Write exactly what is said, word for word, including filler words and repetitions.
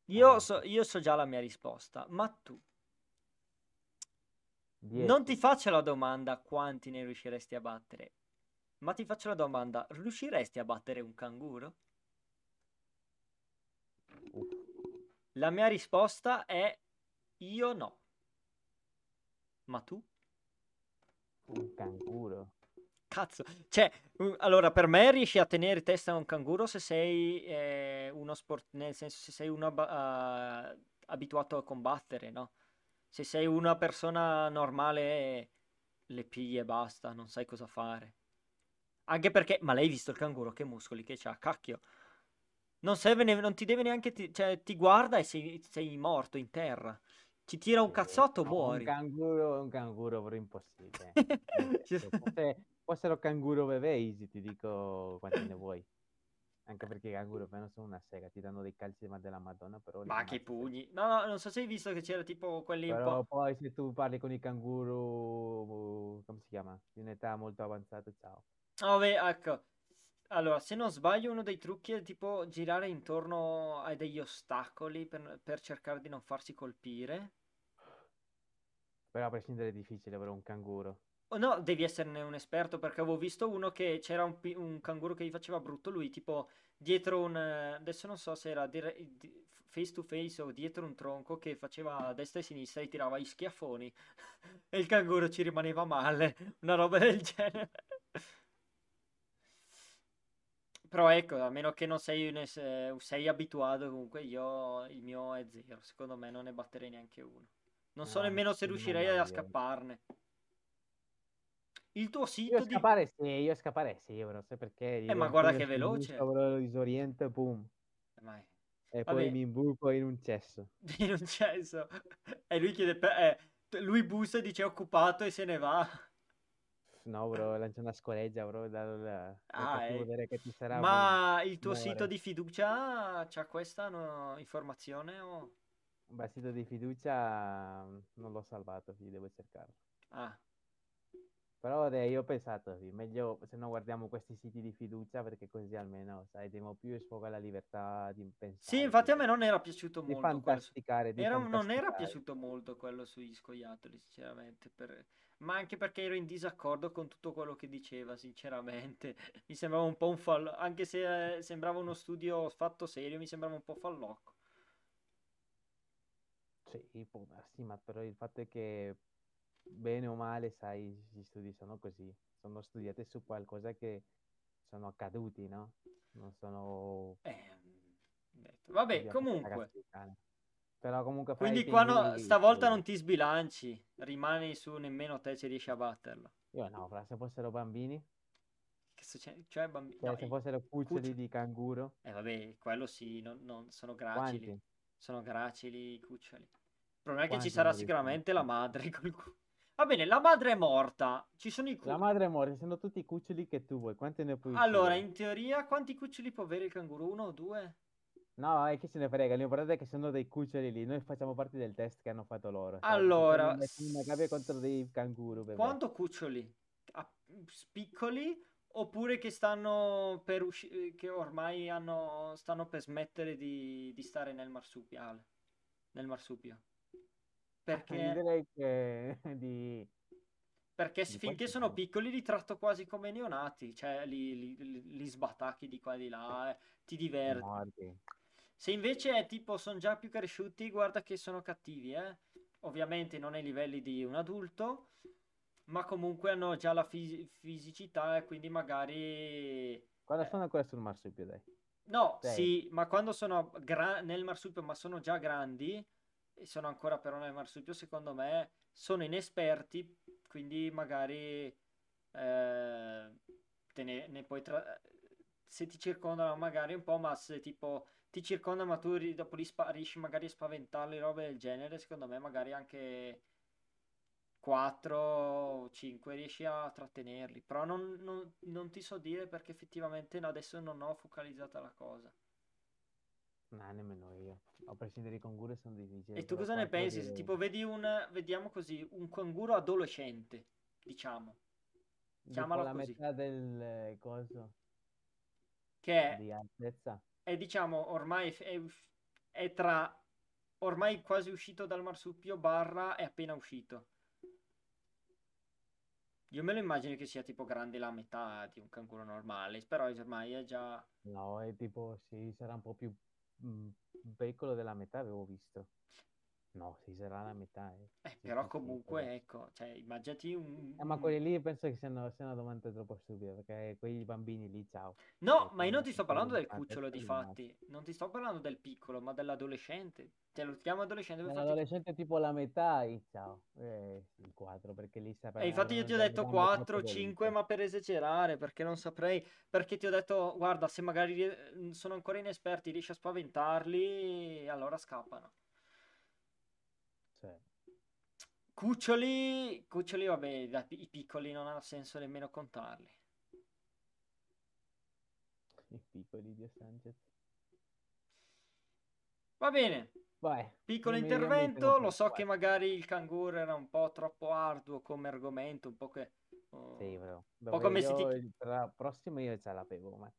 Io Ah, so, io so già la mia risposta, ma tu non ti dieci. faccio la domanda quanti ne riusciresti a battere, ma ti faccio la domanda, riusciresti a battere un canguro? Uff, La mia risposta è io no, ma tu? un canguro. Cazzo, cioè, uh, allora per me riesci a tenere testa a un canguro se sei eh, uno sport, nel senso se sei uno abba- ah, abituato a combattere, no? Se sei una persona normale le pigli e basta, non sai cosa fare. Anche perché, ma l'hai visto il canguro che muscoli che c'ha, cacchio. Non serve ne- non ti deve neanche, ti, cioè ti guarda e sei, sei morto in terra. Ti tira un Sì. cazzotto, No, un muori. canguro è un canguro, però impossibile. Nel senso, fosse, fossero canguro bebè, easy, ti dico quanti ne vuoi. Anche perché i canguri per me non sono una sega, ti danno dei calci ma della Madonna, però li Ma che ammazzi sempre. pugni. No, no, non so se hai visto che c'era tipo quelli un Però po'. poi se tu parli con i canguru, come si chiama? Di un'età molto avanzata, ciao. Ah, vabbè, ecco. Allora, se non sbaglio, uno dei trucchi è tipo girare intorno a degli ostacoli per, per cercare di non farsi colpire. Però a prescindere è difficile avere un canguro. Oh, no, devi esserne un esperto perché avevo visto uno che c'era un, pi- un canguro che gli faceva brutto. Lui, tipo, dietro un. eh, Adesso non so se era dire- di- face to face o dietro un tronco che faceva a destra e a sinistra e tirava gli schiaffoni. E il canguro ci rimaneva male. Una roba del genere. Però ecco, a meno che non sei, un es- eh, sei abituato, comunque io il mio è zero. Secondo me non ne batterei neanche uno. Non so No, nemmeno se secondo me riuscirei no, a io. scapparne. Il tuo Io sito di. scappare sì, io scappare sì, io non so perché, gli Eh, do ma un guarda pugno che è sul muso, veloce. però lo disoriento e boom. Eh, ma è- E poi Vabbè, mi imbuco in un cesso. in un senso. E lui chiede per. Eh, lui bussa e dice occupato e se ne va. No, bro, lancia una scoreggia, bro, dal, dal Ah, cattivo ecco. odore che ti sarà, boom, Ma il tuo sito muore. di fiducia c'ha questa no, informazione o. Un bastito di fiducia mm, non l'ho salvato, quindi devo cercarlo. Ah. Però dai, io ho pensato, sì, meglio se non guardiamo questi siti di fiducia perché così almeno, sai, diamo più sfogo alla libertà di Sì, pensare, infatti a di, me non era piaciuto di molto quello su. fantasticare, di Era- non era fantasticare. piaciuto molto quello sugli scoiattoli, sinceramente. per- Ma anche perché ero in disaccordo con tutto quello che diceva, sinceramente. Mi sembrava un po' un fallo. Anche se eh, sembrava uno studio fatto serio, mi sembrava un po' fallocco. Sì, può darsi, ma però il fatto è che bene o male, sai, gli studi sono così, sono studiati su qualcosa che sono accaduti, no? Non sono Eh, detto. Vabbè, studi a comunque. ragazzi di cane. Però comunque fra i Quindi qua no- pingui, stavolta sì. non ti sbilanci. Rimani su nemmeno te ci riesci a batterlo. Io no, fra se fossero bambini, Che succede? Cioè, bambini. No, cioè se i fossero cuccioli cuccioli. di canguro, Eh vabbè, quello sì, non, non- sono gracili. quanti? Sono gracili i cuccioli. Il problema è che ci Quanti sarà ne riescono a sicuramente la cucciolare? madre col cu- Va bene, la madre è morta. Ci sono i La cu- madre è morta, sono tutti i cuccioli che tu vuoi, quanti ne puoi Allora, uccidere? in teoria, quanti cuccioli può avere il canguro? Uno o due? No, è che se ne frega, l'importante è che sono dei cuccioli lì, noi facciamo parte del test che hanno fatto loro, sai? Se tu mi Allora, metti in una gabbia contro s- dei canguru, bebè. quanto cuccioli? A- Piccoli oppure che stanno per uscire, che ormai hanno, stanno per smettere di, di stare nel marsupiale, nel marsupio? Io Perché direi che di, Perché s- di finché qualche sono anno. piccoli li tratto quasi come neonati, cioè li, li- li- li sbatacchi di qua e di là, eh, ti diverti. Morti. Se invece è tipo sono già più cresciuti, guarda che sono cattivi, eh. Ovviamente non ai livelli di un adulto, ma comunque hanno già la fisi- fisicità e quindi magari. Quando eh, sono ancora sul marsupio, dai. No, Dai, sì, ma quando sono gra- nel marsupio, ma sono già grandi, e sono ancora però nel marsupio, secondo me sono inesperti, quindi magari eh, te ne, ne puoi tra- se ti circondano magari un po', ma se tipo ti circondano ma tu ri- dopo li spa- riesci magari a spaventarli, robe del genere, secondo me magari anche quattro o cinque riesci a trattenerli, però non, non- non ti so dire perché effettivamente adesso non ho focalizzata la cosa. no, nemmeno io. A prescindere i canguri sono difficili, E tu però cosa ne quattro pensi? Se direi. tipo vedi un, vediamo così, un canguro adolescente, diciamo, Tipo chiamalo la così, metà del eh, coso che è, di altezza. è, diciamo ormai è, è è tra ormai quasi uscito dal marsupio barra è appena uscito. Io me lo immagino che sia tipo grande la metà di un canguro normale, però ormai è già... No, è tipo, sì, sarà un po' più mm, piccolo della metà, avevo visto. No, sì, sarà la metà, eh. Eh, Sì, però sì, sì, però- comunque, ecco, cioè, immaginati un... Eh, ma un- quelli lì penso che siano, siano domande troppo stupide, perché quei bambini lì, ciao. No, Cioè, ma io non con ti sto tutto parlando del rispetto, cucciolo, quelli no. difatti. Non ti sto parlando del piccolo, ma dell'adolescente. Te lo chiamo adolescente per farti... Nell'adolescente tipo la metà, e ciao. Eh, sì, quattro, perché lì E sapranno, infatti io avranno ti ho già le detto gambe troppo quattro, cinque, dolite. ma per esagerare, perché non saprei, perché ti ho detto, guarda, se magari rie- sono ancora inesperti, riesci a spaventarli, allora scappano. Cioè, Cuccioli, cuccioli, vabbè, dai, i piccoli non ha senso nemmeno contarli. i piccoli Dio Sanchez. Va bene, Vai, piccolo dimmi, io mi intervento, lo interrompo. so che Vai. magari il canguro era un po' troppo arduo come argomento, un po' che... Sì, oh, bro. un po' Vabbè, come se io ti... il tra- prossimo io ce l'avevo, ma